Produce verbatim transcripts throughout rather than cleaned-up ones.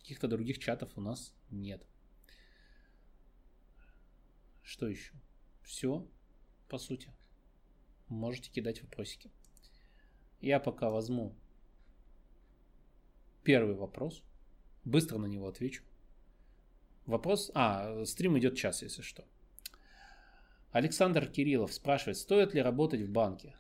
Каких-то других чатов у нас нет. Что еще? Все, по сути. Можете кидать вопросики. Я пока возьму первый вопрос. Быстро на него отвечу. Вопрос... А, стрим идет час, если что. Александр Кириллов спрашивает, стоит ли работать в банке?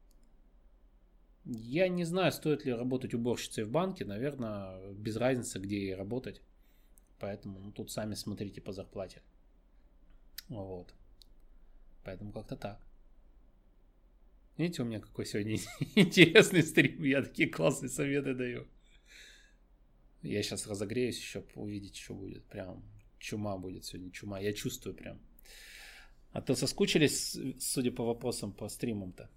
Я не знаю, стоит ли работать уборщицей в банке. Наверное, без разницы, где ей работать. Поэтому ну, тут сами смотрите по зарплате. Вот. Поэтому как-то так. Видите, у меня какой сегодня интересный стрим. Я такие классные советы даю. Я сейчас разогреюсь еще, увидеть, что будет. Прям чума будет сегодня, чума. Я чувствую прям. А то соскучились, судя по вопросам, по стримам-то.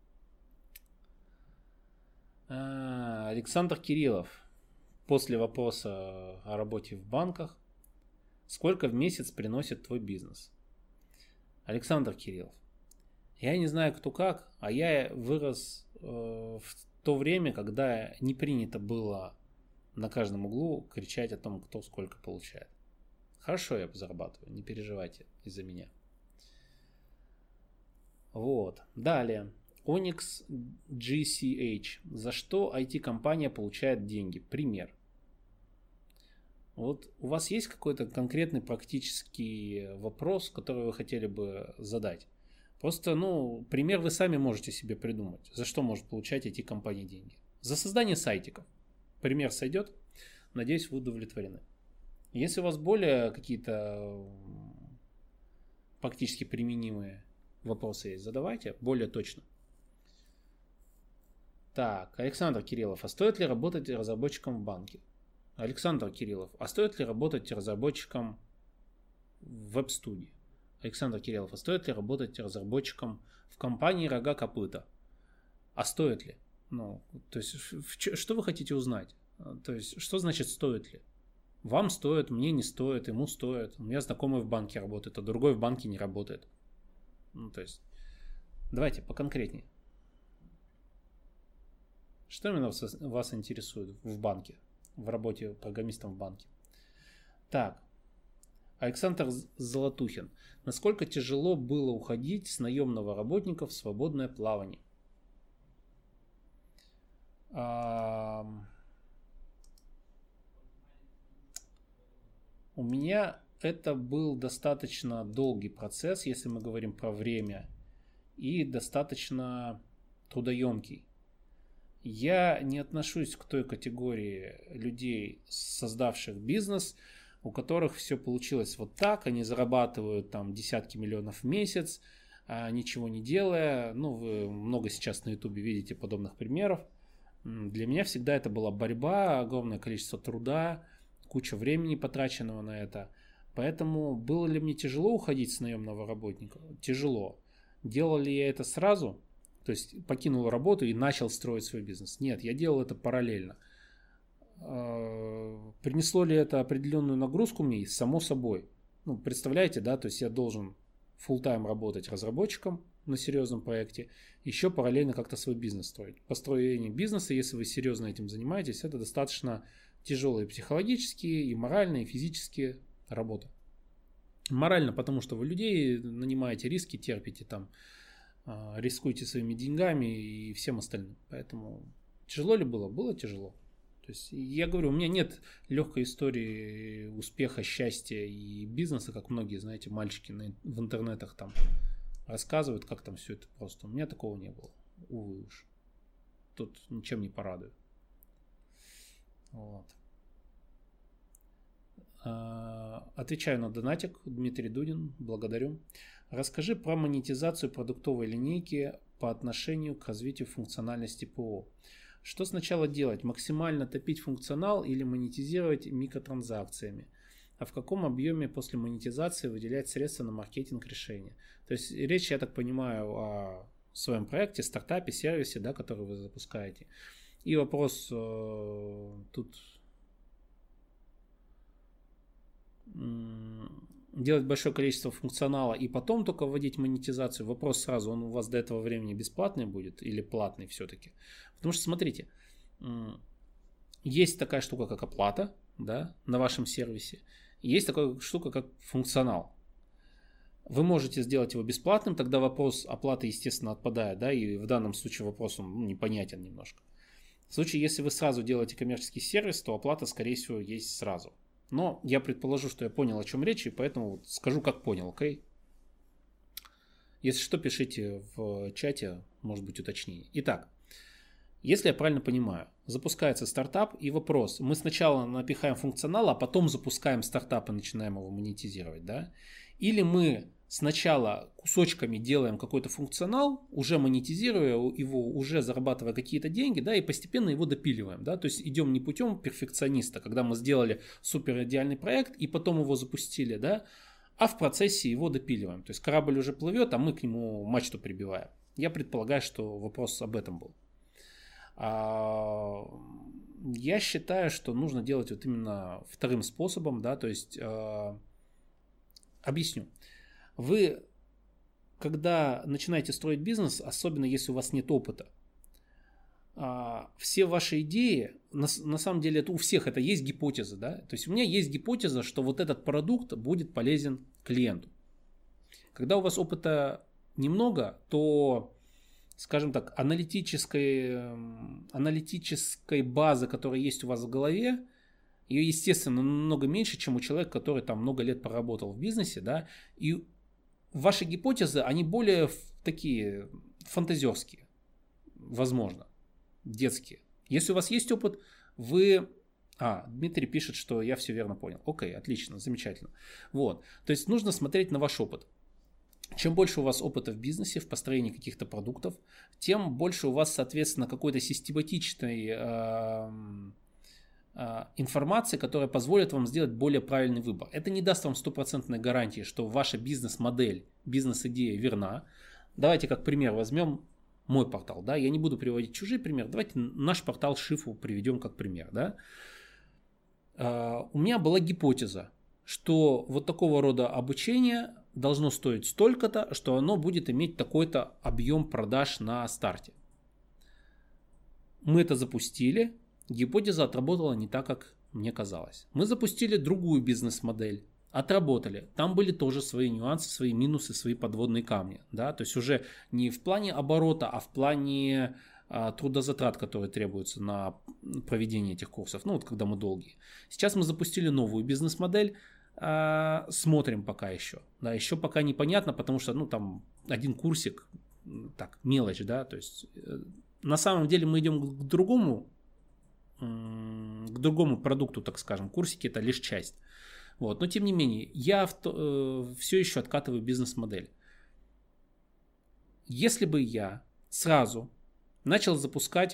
А, Александр Кириллов. После вопроса о работе в банках. Сколько в месяц приносит твой бизнес? Александр Кириллов. Я не знаю, кто как, а я вырос э, в то время, когда не принято было на каждом углу кричать о том, кто сколько получает. Хорошо я зарабатываю, не переживайте из-за меня. Вот. Далее. Onyx джи си эйч. За что ай ти-компания получает деньги? Пример. Вот у вас есть какой-то конкретный практический вопрос, который вы хотели бы задать? Просто, ну, пример вы сами можете себе придумать. За что может получать ай ти-компания деньги? За создание сайтиков. Пример сойдет? Надеюсь, вы удовлетворены. Если у вас более какие-то практически применимые вопросы есть, задавайте более точно. Так, Александр Кириллов. А стоит ли работать разработчиком в банке? Александр Кириллов. А стоит ли работать разработчиком в веб-студии? Александр Кириллов. А стоит ли работать разработчиком в компании «Рога копыта»? А стоит ли? Ну, то есть, что вы хотите узнать? То есть, что значит стоит ли? Вам стоит, мне не стоит, ему стоит. У меня знакомый в банке работает, а другой в банке не работает. Ну, то есть, давайте поконкретнее. Что именно вас интересует в банке, в работе программистом в банке? Так, Александр Золотухин. Насколько тяжело было уходить с наемного работника в свободное плавание? А... У меня это был достаточно долгий процесс, если мы говорим про время, и достаточно трудоемкий. Я не отношусь к той категории людей, создавших бизнес, у которых все получилось вот так, они зарабатывают там десятки миллионов в месяц, ничего не делая. Ну, вы много сейчас на ютубе видите подобных примеров. Для меня всегда это была борьба, огромное количество труда, куча времени потраченного на это. Поэтому было ли мне тяжело уходить с наемного работника? Тяжело. Делал ли я это сразу? То есть покинул работу и начал строить свой бизнес? Нет, я делал это параллельно. Принесло ли это определенную нагрузку мне? Само собой. Ну, представляете, да, то есть я должен full-time работать разработчиком на серьезном проекте, еще параллельно как-то свой бизнес строить. Построение бизнеса, если вы серьезно этим занимаетесь, это достаточно тяжелые психологические, и моральные, и физические работы. Морально, потому что вы людей нанимаете, риски терпите, там, рискуете своими деньгами и всем остальным. Поэтому тяжело ли было? Было тяжело. То есть я говорю, у меня нет легкой истории успеха, счастья и бизнеса, как многие, знаете, мальчики в интернетах там рассказывают, как там все это просто. У меня такого не было. Увы уж. Тут ничем не порадую. Вот. Отвечаю на донатик. Дмитрий Дудин. Благодарю. Расскажи про монетизацию продуктовой линейки по отношению к развитию функциональности ПО. Что сначала делать? Максимально топить функционал или монетизировать микротранзакциями? А в каком объеме после монетизации выделять средства на маркетинг решения? То есть речь, я так понимаю, о своем проекте, стартапе, сервисе, да, который вы запускаете. И вопрос э, тут э, делать большое количество функционала и потом только вводить монетизацию. Вопрос сразу, он у вас до этого времени бесплатный будет или платный все-таки? Потому что смотрите, есть такая штука, как оплата, да, на вашем сервисе. Есть такая штука, как функционал. Вы можете сделать его бесплатным, тогда вопрос оплаты, естественно, отпадает, да, и в данном случае вопрос он, ну, непонятен немножко. В случае, если вы сразу делаете коммерческий сервис, то оплата, скорее всего, есть сразу. Но я предположу, что я понял, о чем речь, и поэтому вот скажу, как понял, окей? Если что, пишите в чате, может быть, уточнение. Итак, если я правильно понимаю, запускается стартап, и вопрос, мы сначала напихаем функционал, а потом запускаем стартап и начинаем его монетизировать, да? Или мы сначала кусочками делаем какой-то функционал, уже монетизируя его, уже зарабатывая какие-то деньги, да, и постепенно его допиливаем, да, то есть идем не путем перфекциониста, когда мы сделали супер идеальный проект и потом его запустили, да, а в процессе его допиливаем, то есть корабль уже плывет, а мы к нему мачту прибиваем. Я предполагаю, что вопрос об этом был. Я считаю, что нужно делать вот именно вторым способом, да, то есть объясню. Вы, когда начинаете строить бизнес, особенно если у вас нет опыта, все ваши идеи, на, на самом деле это у всех это есть гипотеза, да, то есть у меня есть гипотеза, что вот этот продукт будет полезен клиенту. Когда у вас опыта немного, то, скажем так, аналитической, аналитической базы, которая есть у вас в голове, ее, естественно, намного меньше, чем у человека, который там много лет поработал в бизнесе, да, и ваши гипотезы, они более такие фантазерские, возможно, детские. Если у вас есть опыт, вы... А, Дмитрий пишет, что я все верно понял. Окей, отлично, замечательно. Вот, то есть нужно смотреть на ваш опыт. Чем больше у вас опыта в бизнесе, в построении каких-то продуктов, тем больше у вас, соответственно, какой-то систематичной э, э, информации, которая позволит вам сделать более правильный выбор. Это не даст вам стопроцентной гарантии, что ваша бизнес-модель, бизнес-идея верна. Давайте как пример возьмем мой портал. Да? Я не буду приводить чужие примеры. Давайте наш портал Шифу приведем как пример. Да? Э, у меня была гипотеза, что вот такого рода обучение должно стоить столько-то, что оно будет иметь такой-то объем продаж на старте. Мы это запустили, гипотеза отработала не так, как мне казалось. Мы запустили другую бизнес-модель, отработали. Там были тоже свои нюансы, свои минусы, свои подводные камни. Да? То есть уже не в плане оборота, а в плане а, трудозатрат, которые требуются на проведение этих курсов. Ну вот когда мы долгие. Сейчас мы запустили новую бизнес-модель. Смотрим пока еще. Да, еще пока непонятно, потому что ну, там один курсик, так, мелочь, да, то есть на самом деле мы идем к другому, к другому продукту, так скажем. Курсики это лишь часть. Вот. Но тем не менее, я в то, э, все еще откатываю бизнес-модель. Если бы я сразу начал запускать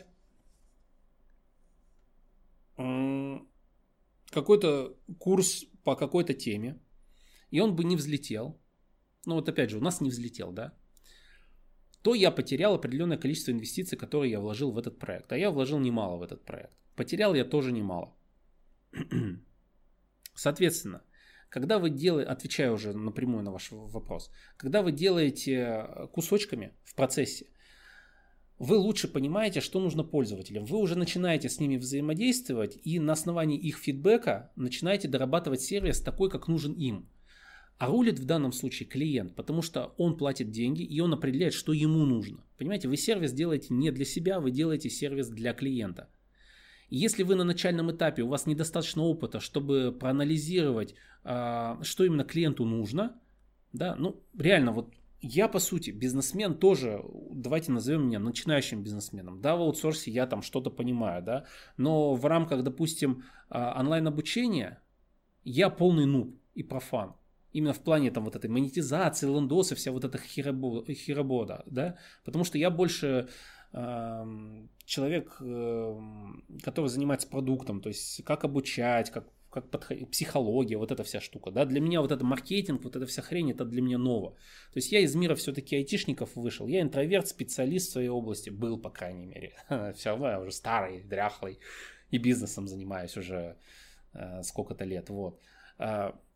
э, какой-то курс по какой-то теме, и он бы не взлетел, ну вот опять же, у нас не взлетел, да, то я потерял определенное количество инвестиций, которые я вложил в этот проект. А я вложил немало в этот проект. Потерял я тоже немало. Соответственно, когда вы делаете, отвечаю уже напрямую на ваш вопрос, когда вы делаете кусочками в процессе, вы лучше понимаете, что нужно пользователям. Вы уже начинаете с ними взаимодействовать и на основании их фидбэка начинаете дорабатывать сервис такой, как нужен им. А рулит в данном случае клиент, потому что он платит деньги и он определяет, что ему нужно. Понимаете, вы сервис делаете не для себя, вы делаете сервис для клиента. И если вы на начальном этапе, у вас недостаточно опыта, чтобы проанализировать, что именно клиенту нужно, да, ну реально вот я, по сути, бизнесмен тоже, давайте назовем меня начинающим бизнесменом. Да, в аутсорсе я там что-то понимаю, да, но в рамках, допустим, онлайн-обучения я полный нуб и профан. Именно в плане там вот этой монетизации, лендосы, вся вот эта херобода, да, потому что я больше э, человек, э, который занимается продуктом, то есть как обучать, как как подходить, психология, вот эта вся штука, да, для меня вот это маркетинг, вот эта вся хрень, это для меня ново. То есть я из мира все-таки айтишников вышел, я интроверт, специалист в своей области, был, по крайней мере, все равно я уже старый, дряхлый, и бизнесом занимаюсь уже э, сколько-то лет, вот.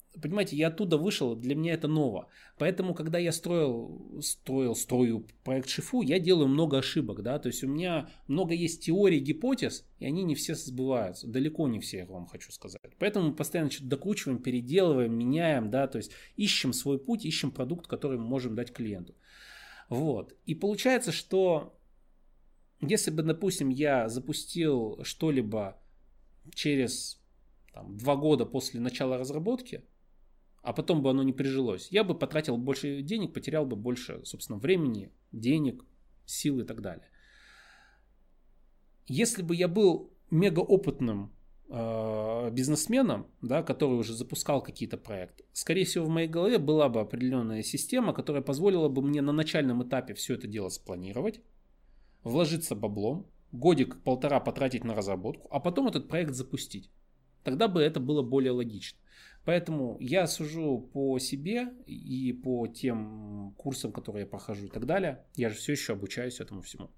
понимаете, я оттуда вышел, для меня это ново. Поэтому, когда я строил, строил, строю проект Шифу, я делаю много ошибок, да, то есть у меня много есть теорий, гипотез, и они не все сбываются, далеко не все, я вам хочу сказать. Поэтому мы постоянно что-то докручиваем, переделываем, меняем, да, то есть ищем свой путь, ищем продукт, который мы можем дать клиенту. Вот, и получается, что если бы, допустим, я запустил что-либо через там, два года после начала разработки, а потом бы оно не прижилось, я бы потратил больше денег, потерял бы больше, собственно, времени, денег, сил и так далее. Если бы я был мегаопытным э, бизнесменом, да, который уже запускал какие-то проекты, скорее всего, в моей голове была бы определенная система, которая позволила бы мне на начальном этапе все это дело спланировать, вложиться баблом, годик-полтора потратить на разработку, а потом этот проект запустить. Тогда бы это было более логично. Поэтому я сужу по себе и по тем курсам, которые я прохожу и так далее. Я же все еще обучаюсь этому всему.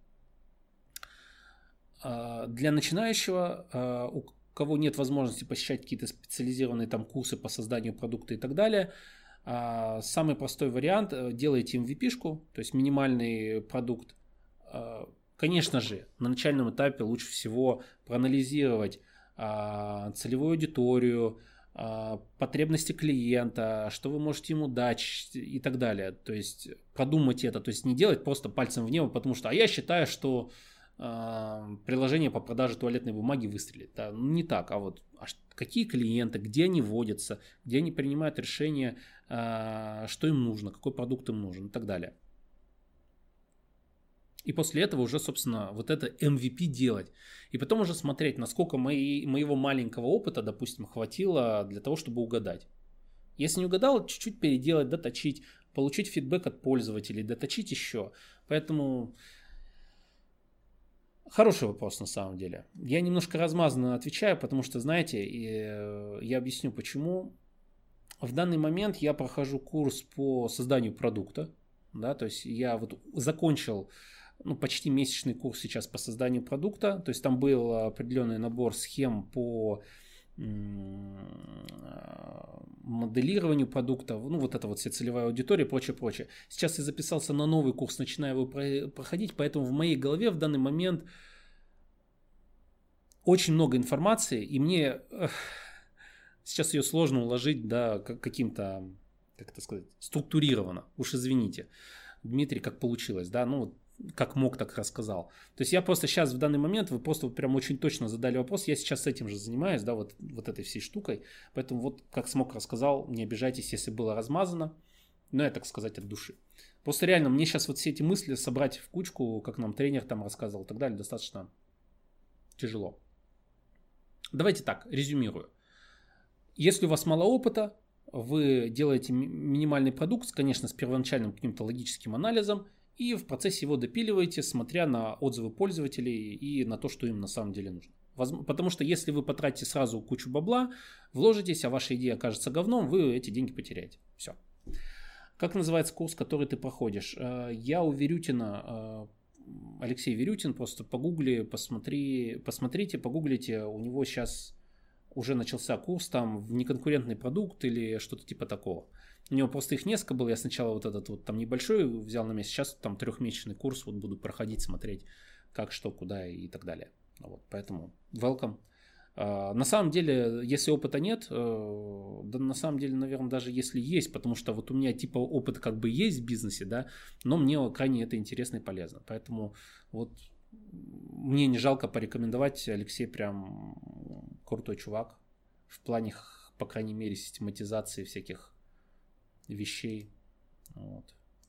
Для начинающего, у кого нет возможности посещать какие-то специализированные там курсы по созданию продукта и так далее, самый простой вариант – делайте эм ви пи-шку, то есть минимальный продукт. Конечно же, на начальном этапе лучше всего проанализировать целевую аудиторию, потребности клиента, что вы можете ему дать и так далее. То есть продумать это, то есть не делать просто пальцем в небо, потому что а я считаю, что э, приложение по продаже туалетной бумаги выстрелит. Да? Ну, не так, а вот а какие клиенты, где они водятся, где они принимают решение, э, что им нужно, какой продукт им нужен и так далее. И после этого уже, собственно, вот это эм ви пи делать. И потом уже смотреть, насколько мои, моего маленького опыта, допустим, хватило для того, чтобы угадать. Если не угадал, чуть-чуть переделать, доточить, получить фидбэк от пользователей, доточить еще. Поэтому хороший вопрос на самом деле. Я немножко размазанно отвечаю, потому что, знаете, я объясню почему. В данный момент я прохожу курс по созданию продукта. Да, то есть я вот закончил ну, почти месячный курс сейчас по созданию продукта. То есть там был определенный набор схем по моделированию продукта, ну вот это вот вся целевая аудитория, прочее, прочее. Сейчас я записался на новый курс, начинаю его проходить, поэтому в моей голове в данный момент очень много информации, и мне сейчас ее сложно уложить, да, каким-то, как это сказать, структурированно. Уж извините, Дмитрий, как получилось, да, ну как мог, так рассказал. То есть я просто сейчас в данный момент, вы просто вот прям очень точно задали вопрос, я сейчас этим же занимаюсь, да, вот, вот этой всей штукой, поэтому вот как смог рассказал, не обижайтесь, если было размазано, но я, так сказать, от души. Просто реально, мне сейчас вот все эти мысли собрать в кучку, как нам тренер там рассказывал и так далее, достаточно тяжело. Давайте так, резюмирую. Если у вас мало опыта, вы делаете минимальный продукт, конечно, с первоначальным каким-то логическим анализом, и в процессе его допиливаете, смотря на отзывы пользователей и на то, что им на самом деле нужно. Потому что если вы потратите сразу кучу бабла, вложитесь, а ваша идея окажется говном, вы эти деньги потеряете. Все. Как называется курс, который ты проходишь? Я у Верютина, Алексей Верютин, просто погугли, посмотри, посмотрите, погуглите, у него сейчас уже начался курс там в неконкурентный продукт или что-то типа такого. У него просто их несколько было, я сначала вот этот вот там небольшой взял на месяц, сейчас там трехмесячный курс вот буду проходить, смотреть как, что, куда и так далее. Вот, поэтому welcome. Uh, на самом деле, если опыта нет, uh, да на самом деле, наверное, даже если есть, потому что вот у меня типа опыт как бы есть в бизнесе, да, но мне крайне это интересно и полезно. Поэтому вот мне не жалко порекомендовать, Алексей прям крутой чувак в плане, по крайней мере, систематизации всяких вещей. Вот.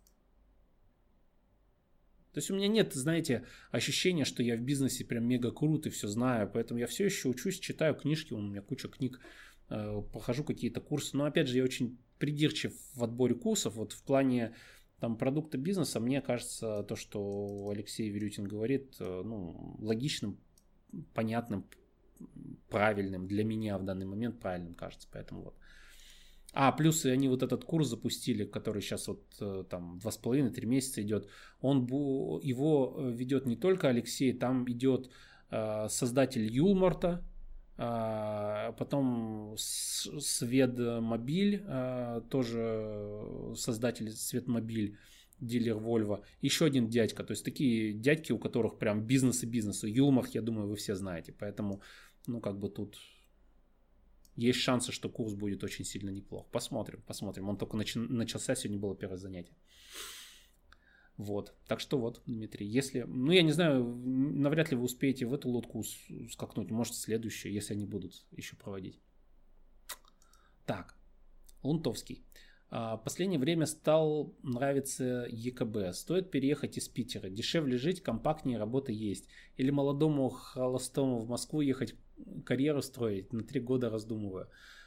То есть у меня нет, знаете, ощущения, что я в бизнесе прям мега крут и все знаю, поэтому я все еще учусь, читаю книжки, у меня куча книг, э, прохожу какие-то курсы, но опять же я очень придирчив в отборе курсов, вот в плане там продукта бизнеса, мне кажется, то, что Алексей Верютин говорит, э, ну, логичным, понятным, правильным, для меня в данный момент правильным кажется, поэтому вот. А, плюс они вот этот курс запустили, который сейчас вот там два с половиной-три месяца идет. Он, его ведет не только Алексей, там идет э, создатель Юлмарта, Потом Светмобиль, тоже создатель Светмобиль, дилер Volvo. Еще один дядька. То есть такие дядьки, у которых прям бизнес и бизнес. Юлмах, я думаю, вы все знаете. Поэтому, ну, как бы тут есть шансы, что курс будет очень сильно неплох. Посмотрим, посмотрим. Он только нач... начался, сегодня было первое занятие. Вот. Так что вот, Дмитрий, если... Ну, я не знаю, навряд ли вы успеете в эту лодку скакнуть. Может, следующую, если они будут еще проводить. Так. Лунтовский. Последнее время стал нравиться ЕКБ. Стоит переехать из Питера. Дешевле жить, компактнее, работа есть. Или молодому холостому в Москву ехать, карьеру строить. На три года раздумываю.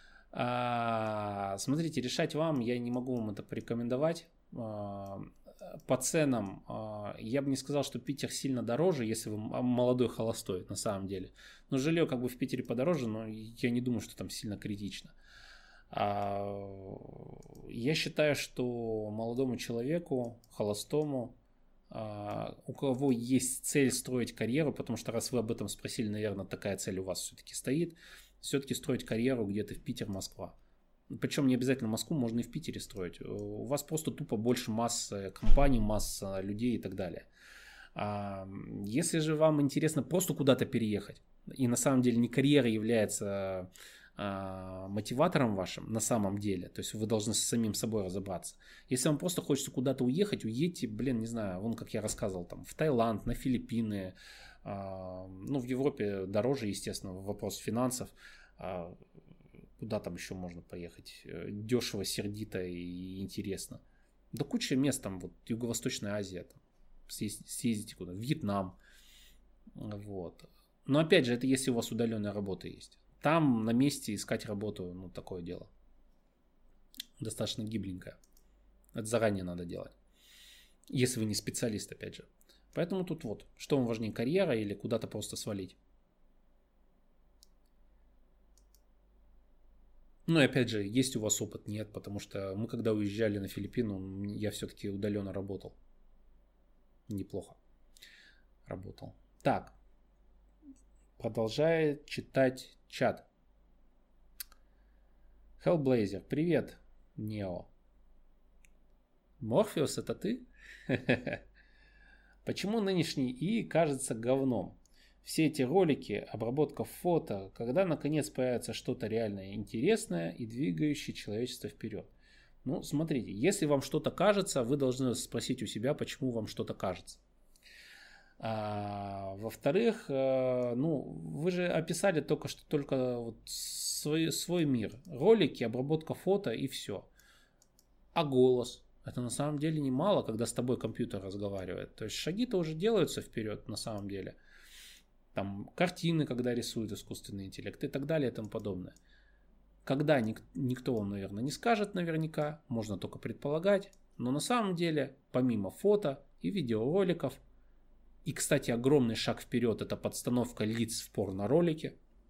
А, смотрите, решать вам. Я не могу вам это порекомендовать. А, по ценам я бы не сказал, что Питер сильно дороже, если вы молодой холостой на самом деле. Но жилье как бы в Питере подороже, но я не думаю, что там сильно критично. Я считаю, что молодому человеку, холостому, у кого есть цель строить карьеру, потому что раз вы об этом спросили, наверное, такая цель у вас все-таки стоит, все-таки строить карьеру где-то в Питер, Москва. Причем не обязательно Москву, можно и в Питере строить. У вас просто тупо больше массы компаний, масса людей и так далее. Если же вам интересно просто куда-то переехать, и на самом деле не карьера является мотиватором вашим на самом деле, то есть вы должны с самим собой разобраться. Если вам просто хочется куда-то уехать, уедьте, блин, не знаю, вон как я рассказывал, там в Таиланд, на Филиппины, ну в Европе дороже, естественно, вопрос финансов, куда там еще можно поехать, дешево, сердито и интересно. Да куча мест там, вот Юго-Восточная Азия, там, съездите, съездите куда, Вьетнам, вот. Но опять же, это если у вас удаленная работа есть. Там на месте искать работу, ну, такое дело. Достаточно гибленькое. Это заранее надо делать. Если вы не специалист, опять же. Поэтому тут вот, что вам важнее, карьера или куда-то просто свалить. Ну и опять же, есть у вас опыт? Нет, потому что мы когда уезжали на Филиппины, я все-таки удаленно работал. Неплохо работал. Так. Продолжает читать чат. Hellblazer, привет, Нео. Морфеус, это ты? Почему нынешний ИИ кажется говном? Все эти ролики, обработка фото, когда наконец появится что-то реально интересное и двигающее человечество вперед? Ну, смотрите, если вам что-то кажется, вы должны спросить у себя, почему вам что-то кажется. А, во-вторых, ну, вы же описали только что только вот свой, свой мир. Ролики, обработка фото и все. А голос? Это на самом деле немало, когда с тобой компьютер разговаривает. То есть шаги-то уже делаются вперед на самом деле. Там картины, когда рисует искусственный интеллект и так далее и тому подобное. Когда ник- никто вам, наверное, не скажет наверняка, можно только предполагать. Но на самом деле, помимо фото и видеороликов, и, кстати, огромный шаг вперед — это подстановка лиц в порно-ролике.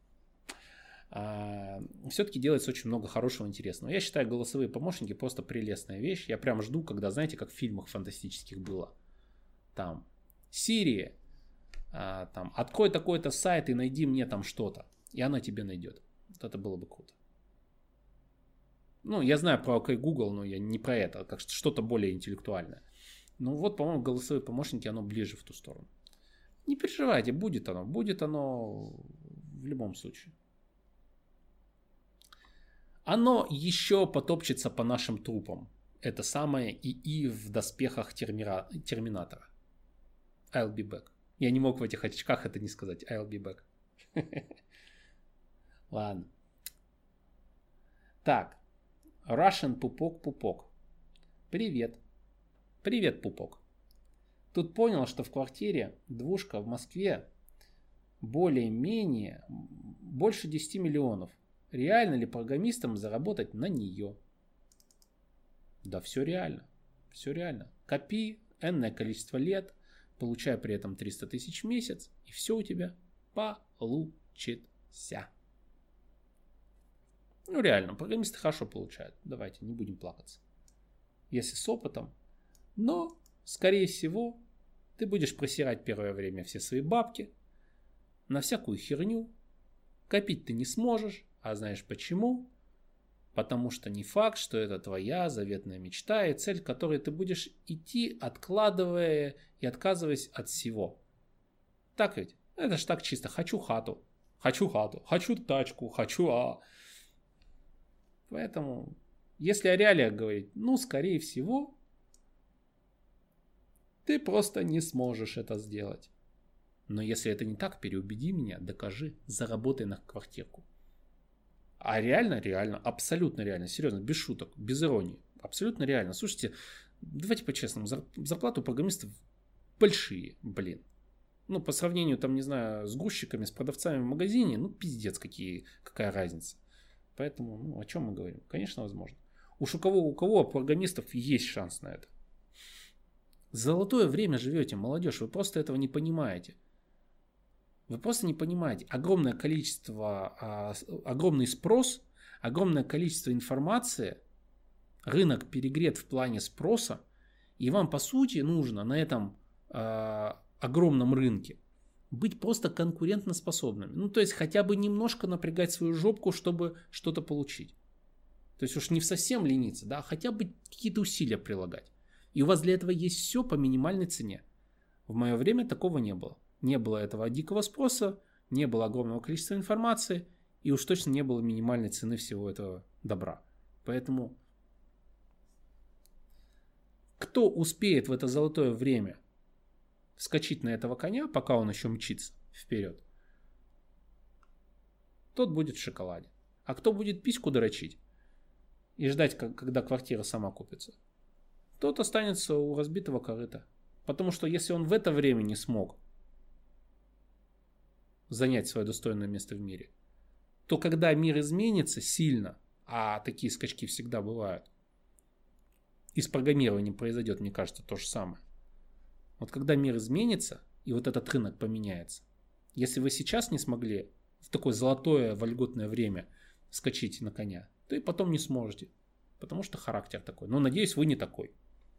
А, все-таки делается очень много хорошего, интересного. Я считаю, голосовые помощники просто прелестная вещь. Я прям жду, когда, знаете, как в фильмах фантастических было. Там, Siri, а, там, открой такой-то сайт и найди мне там что-то. И она тебе найдет. Вот это было бы круто. Ну, я знаю про OK Google, но я не про это, как что-то более интеллектуальное. Ну вот, по-моему, голосовые помощники, оно ближе в ту сторону. Не переживайте, будет оно. Будет оно в любом случае. Оно еще потопчется по нашим трупам. Это самое ИИ в доспехах термира... Терминатора. I'll be back. Я не мог в этих очках это не сказать. I'll be back. Ладно. Так. Russian Пупок-Пупок. Привет. Привет, Пупок. Тут понял, что в квартире двушка в Москве более-менее больше десять миллионов. Реально ли программистам заработать на нее? Да, все реально. Все реально. Копи энное количество лет, получай при этом триста тысяч в месяц, и все у тебя получится. Ну реально, программисты хорошо получают. Давайте, не будем плакаться. Если с опытом. Но, скорее всего, ты будешь просирать первое время все свои бабки на всякую херню. Копить ты не сможешь, а знаешь почему? Потому что не факт, что это твоя заветная мечта и цель, к которой ты будешь идти, откладывая и отказываясь от всего. Так ведь? Это ж так чисто. Хочу хату. Хочу хату. Хочу тачку. Хочу а. Поэтому, если о реалиях говорить, ну, скорее всего, ты просто не сможешь это сделать. Но если это не так, переубеди меня, докажи, заработай на квартирку. А реально, реально, абсолютно реально, серьезно, без шуток, без иронии, абсолютно реально. Слушайте, давайте по-честному, зарплаты у программистов большие, блин. Ну, по сравнению, там, не знаю, с грузчиками, с продавцами в магазине, ну, пиздец, какие, какая разница. Поэтому, ну, о чем мы говорим? Конечно, возможно. Уж у кого, у кого программистов есть шанс на это. Золотое время живете, молодежь, вы просто этого не понимаете. Вы просто не понимаете. Огромное количество, огромный спрос, огромное количество информации, рынок перегрет в плане спроса, и вам, по сути, нужно на этом огромном рынке быть просто конкурентоспособными. Ну, то есть, хотя бы немножко напрягать свою жопку, чтобы что-то получить. То есть, уж не в совсем лениться, да, а хотя бы какие-то усилия прилагать. И у вас для этого есть все по минимальной цене. В мое время такого не было. Не было этого дикого спроса, не было огромного количества информации, и уж точно не было минимальной цены всего этого добра. Поэтому, кто успеет в это золотое время вскочить на этого коня, пока он еще мчится вперед, тот будет в шоколаде. А кто будет письку дрочить и ждать, когда квартира сама купится, тот останется у разбитого корыта. Потому что если он в это время не смог занять свое достойное место в мире, то когда мир изменится сильно, а такие скачки всегда бывают, и с программированием произойдет, мне кажется, то же самое. Вот когда мир изменится, и вот этот рынок поменяется, если вы сейчас не смогли в такое золотое вольготное время вскочить на коня, то и потом не сможете, потому что характер такой. Но надеюсь, вы не такой.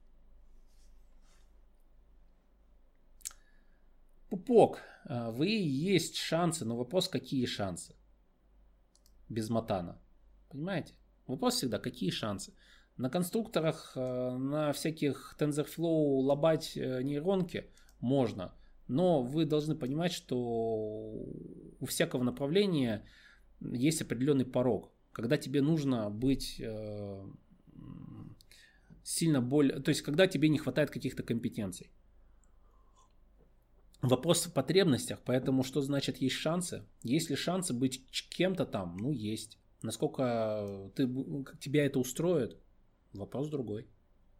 Пупок, вы есть шансы, но вопрос, какие шансы? Без матана. Понимаете? Вопрос всегда, какие шансы? На конструкторах, на всяких TensorFlow лобать нейронки можно, но вы должны понимать, что у всякого направления есть определенный порог, когда тебе нужно быть сильно более, то есть когда тебе не хватает каких-то компетенций. Вопрос в потребностях, поэтому что значит есть шансы? Есть ли шансы быть кем-то там? Ну, есть. Насколько ты, тебя это устроит? Вопрос другой.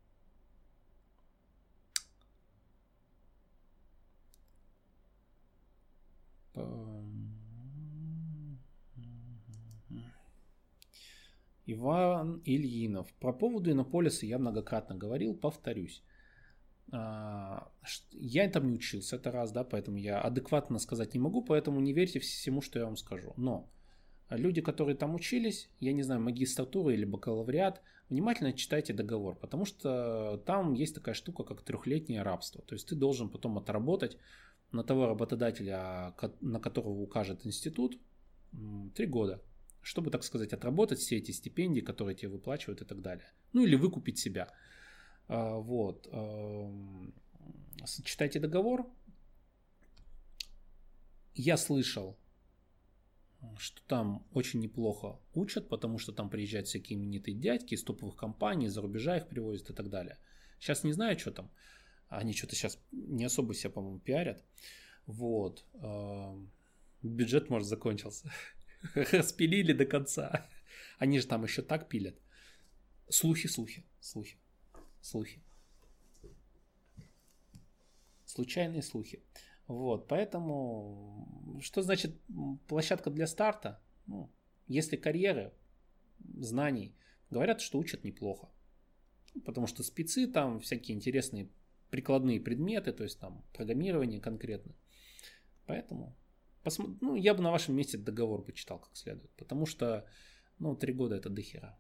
Иван Ильинов. Про поводу Иннополиса я многократно говорил, повторюсь. Я там не учился, это раз, да, поэтому я адекватно сказать не могу, поэтому не верьте всему, что я вам скажу. Но люди, которые там учились, я не знаю, магистратура или бакалавриат, внимательно читайте договор, потому что там есть такая штука, как трехлетнее рабство. То есть ты должен потом отработать на того работодателя, на которого укажет институт, три года, чтобы, так сказать, отработать все эти стипендии, которые тебе выплачивают и так далее. Ну или выкупить себя. Вот. Читайте договор. Я слышал, что там очень неплохо учат, потому что там приезжают всякие именитые дядьки из топовых компаний, за рубежа их привозят и так далее. Сейчас не знаю, что там. Они что-то сейчас не особо себя, по-моему, пиарят. Вот. Бюджет, может, закончился. Распилили до конца. Они же там еще так пилят. Слухи, слухи, слухи. Слухи. Случайные слухи. Вот, поэтому, что значит площадка для старта? Ну, если карьеры, знаний, говорят, что учат неплохо. Потому что спецы там всякие интересные прикладные предметы, то есть там программирование конкретно. Поэтому, посмотри, ну, я бы на вашем месте договор почитал как следует. Потому что, ну, три года это дохера.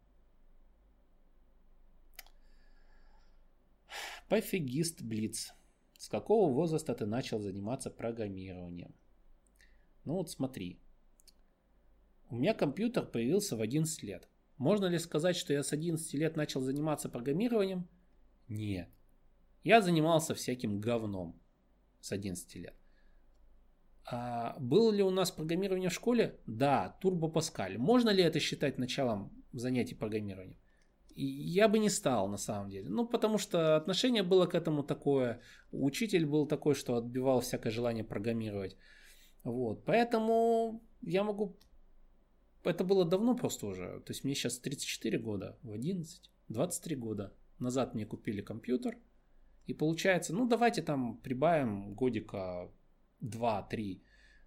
Пофигист Блиц. С какого возраста ты начал заниматься программированием? Ну вот смотри. У меня компьютер появился в одиннадцать лет. Можно ли сказать, что я с одиннадцати лет начал заниматься программированием? Нет. Я занимался всяким говном с одиннадцати лет. А было ли у нас программирование в школе? Да, Turbo Pascal. Можно ли это считать началом занятий программированием? Я бы не стал, на самом деле. Ну, потому что отношение было к этому такое. Учитель был такой, что отбивал всякое желание программировать. Вот. Поэтому я могу... Это было давно просто уже. То есть мне сейчас тридцать четыре года, в одиннадцать, двадцать три года назад мне купили компьютер. И получается, ну, давайте там прибавим годика два-три.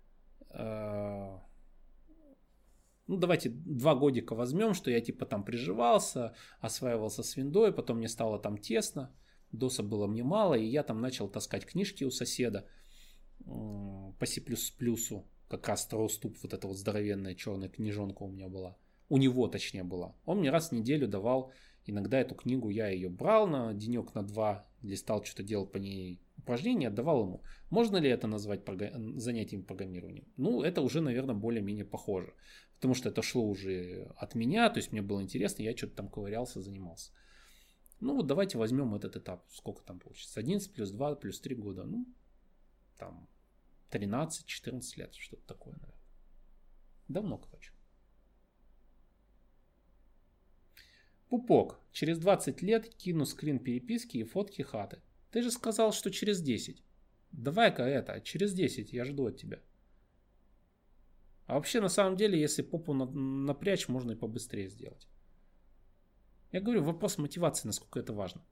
Ну, давайте два годика возьмем, что я типа там приживался, осваивался с виндой, потом мне стало там тесно, доса было мне мало, и я там начал таскать книжки у соседа по C++, как раз Троуступ, вот эта вот здоровенная черная книжонка у меня была. У него, точнее, была. Он мне раз в неделю давал, иногда эту книгу, я ее брал на денек, на два, листал, что-то делал по ней упражнения, отдавал ему. Можно ли это назвать прог... занятием программированием? Ну, это уже, наверное, более-менее похоже. Потому что это шло уже от меня, то есть мне было интересно, я что-то там ковырялся, занимался. Ну, вот давайте возьмем этот этап. Сколько там получится? одиннадцать плюс два плюс три года. Ну, там тринадцать-четырнадцать лет, что-то такое, наверное. Давно, короче. Пупок. Через двадцать лет кину скрин переписки и фотки хаты. Ты же сказал, что через десять. Давай-ка это, через десять, я жду от тебя. А вообще, на самом деле, если попу напрячь, можно и побыстрее сделать. Я говорю, вопрос мотивации, насколько это важно.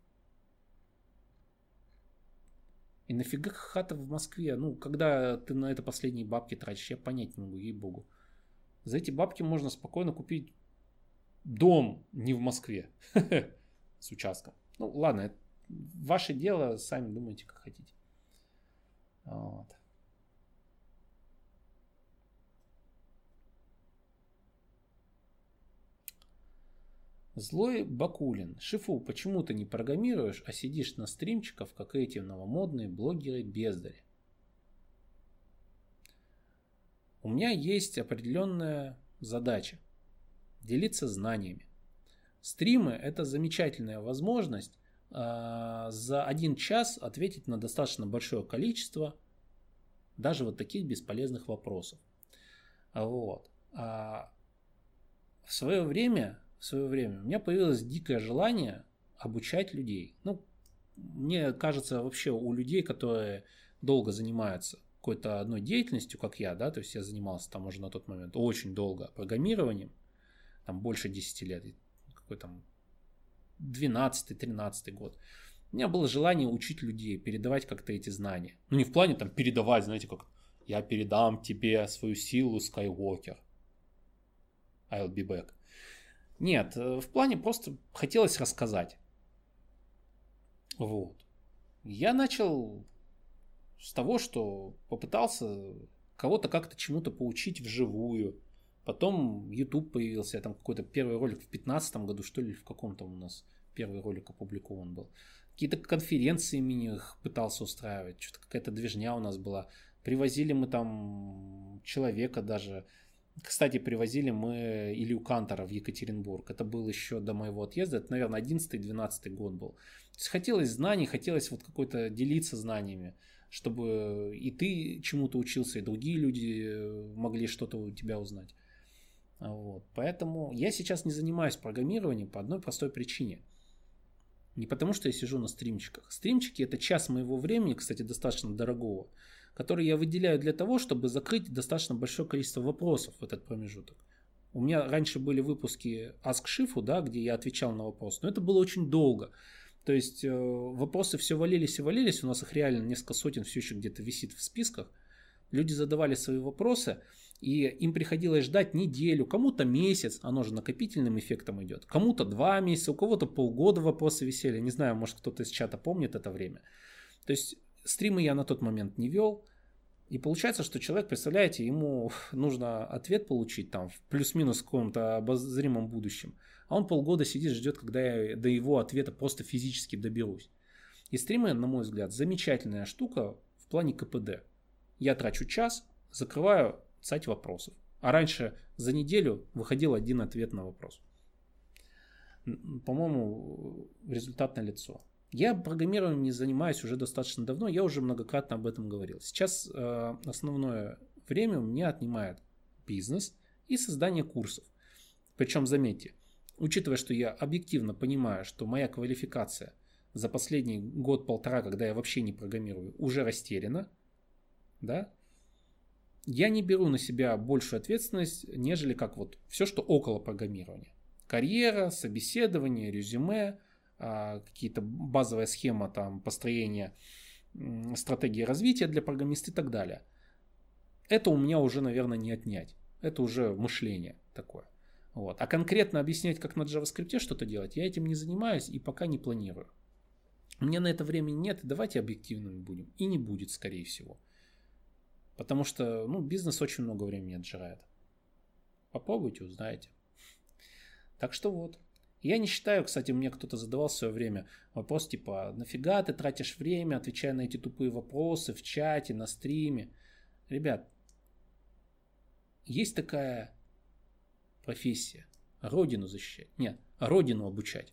И нафига хата в Москве? Ну, когда ты на это последние бабки тратишь, я понять не могу, ей-богу. За эти бабки можно спокойно купить дом не в Москве. С участком. Ну, ладно, это ваше дело, сами думайте, как хотите. Вот. Злой Бакулин. Шифу, почему ты не программируешь, а сидишь на стримчиках, как эти новомодные блогеры-бездари? У меня есть определенная задача. Делиться знаниями. Стримы – это замечательная возможность э, за один час ответить на достаточно большое количество даже вот таких бесполезных вопросов. Вот. А в свое время... В свое время у меня появилось дикое желание обучать людей. Ну, мне кажется, вообще у людей, которые долго занимаются какой-то одной деятельностью, как я, да, то есть я занимался там уже на тот момент очень долго программированием, там больше десяти лет, какой там двенадцатый-тринадцатый год. У меня было желание учить людей, передавать как-то эти знания. Ну, не в плане там передавать, знаете, как я передам тебе свою силу, Skywalker. I'll be back. Нет, в плане просто хотелось рассказать. Вот. Я начал с того, что попытался кого-то как-то чему-то поучить вживую. Потом YouTube появился, там какой-то первый ролик в пятнадцатом году, что ли, в каком-то у нас первый ролик опубликован был. Какие-то конференции мини пытался устраивать, что-то какая-то движня у нас была. Привозили мы там человека даже. Кстати, привозили мы Илью Кантора в Екатеринбург. Это был еще до моего отъезда. Это, наверное, одиннадцатый-двенадцатый год был. То есть хотелось знаний, хотелось вот какой-то делиться знаниями, чтобы и ты чему-то учился, и другие люди могли что-то у тебя узнать. Вот. Поэтому я сейчас не занимаюсь программированием по одной простой причине. Не потому, что я сижу на стримчиках. Стримчики – это час моего времени, кстати, достаточно дорогого, который я выделяю для того, чтобы закрыть достаточно большое количество вопросов в этот промежуток. У меня раньше были выпуски Ask Shifu, да, где я отвечал на вопросы, но это было очень долго. То есть э, вопросы все валились и валились, у нас их реально несколько сотен все еще где-то висит в списках. Люди задавали свои вопросы, и им приходилось ждать неделю, кому-то месяц, оно же накопительным эффектом идет, кому-то два месяца, у кого-то полгода вопросы висели, не знаю, может кто-то из чата помнит это время. То есть стримы я на тот момент не вел. И получается, что человек, представляете, ему нужно ответ получить там в плюс-минус каком-то обозримом будущем. А он полгода сидит, ждет, когда я до его ответа просто физически доберусь. И стримы, на мой взгляд, замечательная штука в плане ка пэ дэ. Я трачу час, закрываю сайт вопросов. А раньше за неделю выходил один ответ на вопрос. По-моему, результат налицо. Я программированием не занимаюсь уже достаточно давно, я уже многократно об этом говорил. Сейчас э, основное время у меня отнимает бизнес и создание курсов. Причем, заметьте, учитывая, что я объективно понимаю, что моя квалификация за последний год-полтора, когда я вообще не программирую, уже растеряна, да, я не беру на себя большую ответственность, нежели как вот все, что около программирования. Карьера, собеседование, резюме, какие-то базовая схема там, построения стратегии развития для программиста и так далее. Это у меня уже, наверное, не отнять. Это уже мышление такое. Вот. А конкретно объяснять, как на JavaScript что-то делать, я этим не занимаюсь и пока не планирую. У меня на это времени нет, давайте объективными будем. И не будет, скорее всего. Потому что ну, бизнес очень много времени отжирает. Попробуйте, узнаете. Так что вот. Я не считаю, кстати, мне кто-то задавал в свое время вопрос типа, нафига ты тратишь время, отвечая на эти тупые вопросы в чате, на стриме. Ребят, есть такая профессия. Родину защищать. Нет, родину обучать.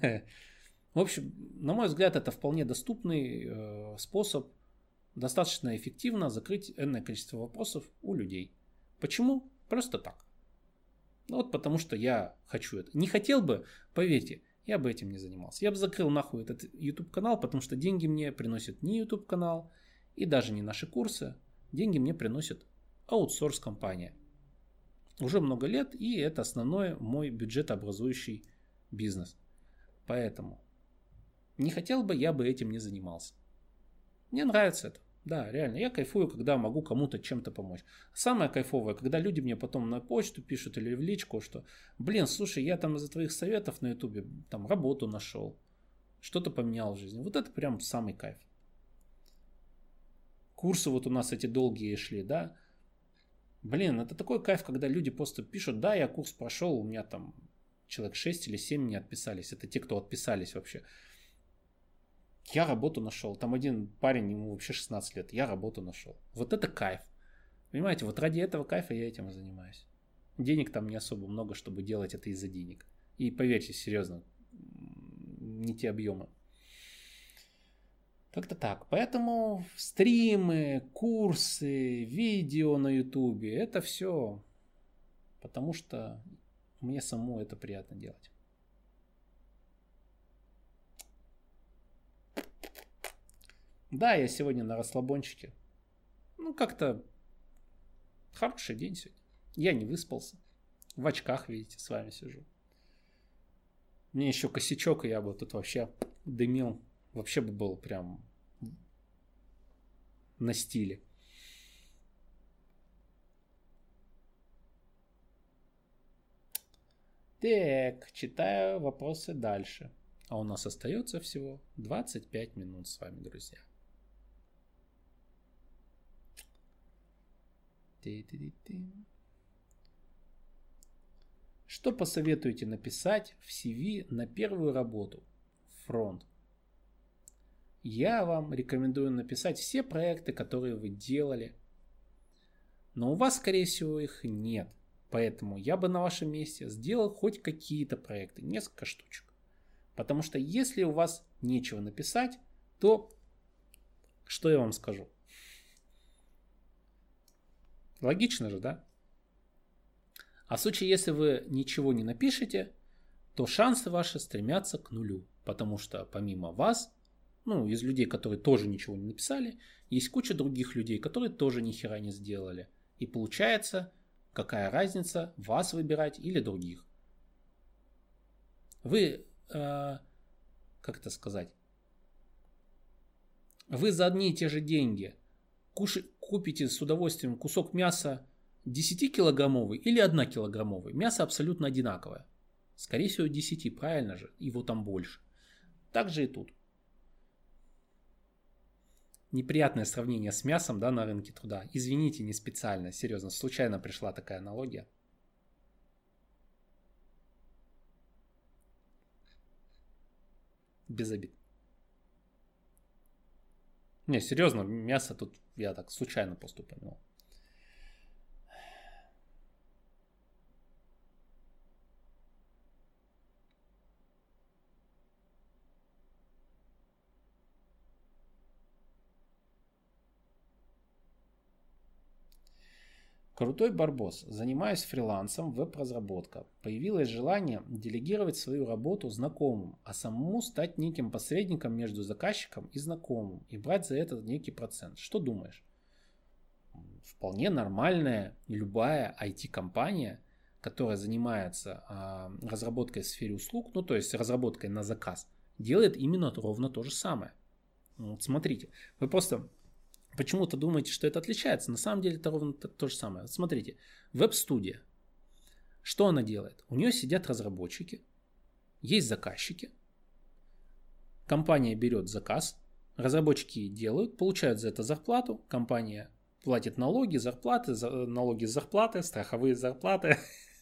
В общем, на мой взгляд, это вполне доступный способ достаточно эффективно закрыть энное количество вопросов у людей. Почему? Просто так. Ну вот потому что я хочу это. Не хотел бы, поверьте, я бы этим не занимался. Я бы закрыл нахуй этот YouTube канал, потому что деньги мне приносит не YouTube канал и даже не наши курсы. Деньги мне приносит аутсорс компания. Уже много лет, и это основной мой бюджетообразующий бизнес. Поэтому не хотел бы, я бы этим не занимался. Мне нравится это. Да, реально, я кайфую, когда могу кому-то чем-то помочь. Самое кайфовое, когда люди мне потом на почту пишут или в личку, что, блин, слушай, я там из-за твоих советов на ютубе там работу нашел, что-то поменял в жизни. Вот это прям самый кайф. Курсы вот у нас эти долгие шли, да. Блин, это такой кайф, когда люди просто пишут, да, я курс прошел, у меня там человек шесть или семь не отписались. Это те, кто отписались вообще. Я работу нашел. Там один парень, ему вообще шестнадцать лет. Я работу нашел. Вот это кайф. Понимаете, вот ради этого кайфа я этим и занимаюсь. Денег там не особо много, чтобы делать это из-за денег. И поверьте, серьезно, не те объемы. Как-то так. Поэтому стримы, курсы, видео на ютубе, это все потому что мне самому это приятно делать. Да, я сегодня на расслабончике. Ну, как-то хороший день сегодня. Я не выспался. В очках, видите, с вами сижу. Мне еще косячок, и я бы тут вообще дымил. Вообще бы был прям на стиле. Так, читаю вопросы дальше. А у нас остается всего двадцать пять минут с вами, друзья. Что посоветуете написать в си ви на первую работу? Фронт. Я вам рекомендую написать все проекты, которые вы делали. Но у вас, скорее всего, их нет. Поэтому я бы на вашем месте сделал хоть какие-то проекты, несколько штучек. Потому что если у вас нечего написать, то что я вам скажу? Логично же, да? А в случае, если вы ничего не напишете, то шансы ваши стремятся к нулю. Потому что помимо вас, ну, из людей, которые тоже ничего не написали, есть куча других людей, которые тоже ни хера не сделали. И получается, какая разница, вас выбирать или других? Вы, э, как это сказать, вы за одни и те же деньги куши, купите с удовольствием кусок мяса десятикилограммовый или однокилограммовый. Мясо абсолютно одинаковое. Скорее всего десять, правильно же? Его там больше. Так же и тут. Неприятное сравнение с мясом, да, на рынке труда. Извините, не специально, серьезно, случайно пришла такая аналогия. Без обид. Не, серьезно, мясо тут я так случайно просто упомянул. Крутой барбос. Занимаюсь фрилансом, веб-разработка. Появилось желание делегировать свою работу знакомым, а самому стать неким посредником между заказчиком и знакомым и брать за это некий процент. Что думаешь? Вполне нормальная любая ай ти-компания, которая занимается а, разработкой в сфере услуг, ну то есть разработкой на заказ, делает именно ровно то же самое. Вот смотрите, вы просто... Почему-то думаете, что это отличается. На самом деле это ровно то, то же самое. Смотрите, веб-студия. Что она делает? У нее сидят разработчики, есть заказчики. Компания берет заказ, разработчики делают, получают за это зарплату. Компания платит налоги, зарплаты, за, налоги с зарплаты, страховые зарплаты.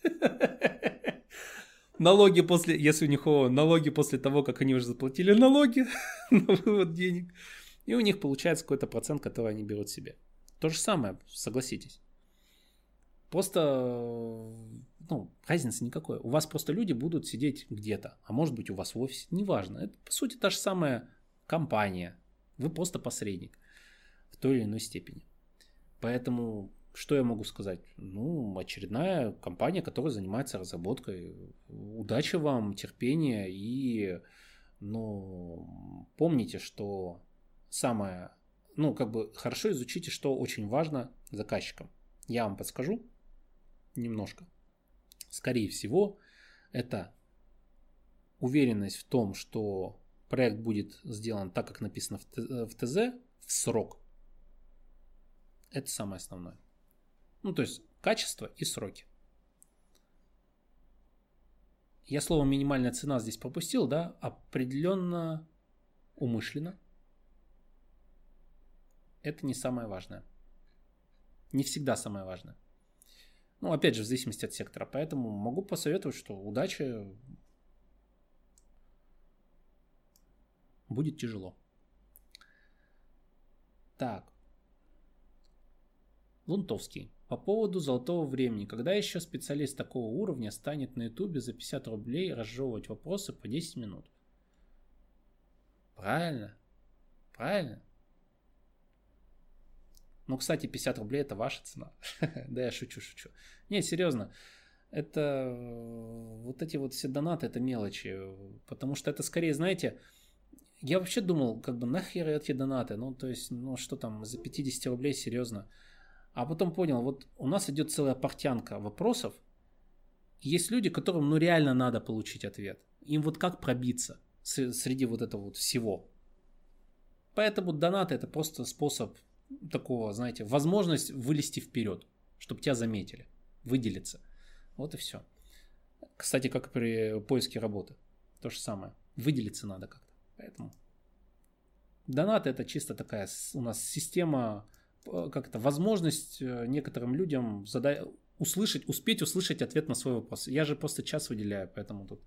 Налоги после, если у них налоги после того, как они уже заплатили налоги на вывод денег. И у них получается какой-то процент, который они берут себе. То же самое, согласитесь. Просто, ну, разницы никакой. У вас просто люди будут сидеть где-то, а может быть у вас в офисе, неважно. Это, по сути, та же самая компания. Вы просто посредник в той или иной степени. Поэтому, что я могу сказать? Ну, очередная компания, которая занимается разработкой. Удачи вам, терпения и, ну, помните, что... Самое, ну, как бы хорошо изучите, что очень важно заказчикам. Я вам подскажу немножко. Скорее всего, это уверенность в том, что проект будет сделан так, как написано в ТЗ, в срок. Это самое основное. Ну, то есть качество и сроки. Я слово минимальная цена здесь пропустил, да, определенно умышленно. Это не самое важное. Не всегда самое важное. Ну, опять же, в зависимости от сектора. Поэтому могу посоветовать, что удачи, будет тяжело. Так. Лунтовский. По поводу золотого времени. Когда еще специалист такого уровня станет на ютубе за пятьдесят рублей разжевывать вопросы по десять минут? Правильно. Правильно. Ну, кстати, пятьдесят рублей это ваша цена. Да, я шучу, шучу. Не, серьезно. Это вот эти вот все донаты, это мелочи. Потому что это скорее, знаете, я вообще думал, как бы нахер эти донаты. Ну, то есть, ну что там, за пятьдесят рублей, серьезно. А потом понял, вот у нас идет целая портянка вопросов. Есть люди, которым ну реально надо получить ответ. Им вот как пробиться среди вот этого вот всего. Поэтому донаты это просто способ такого, знаете, возможность вылезти вперед, чтобы тебя заметили, выделиться. Вот и все. Кстати, как при поиске работы. То же самое. Выделиться надо как-то. Поэтому донаты это чисто такая у нас система, как это, возможность некоторым людям задать, услышать, успеть услышать ответ на свой вопрос. Я же просто час выделяю, поэтому тут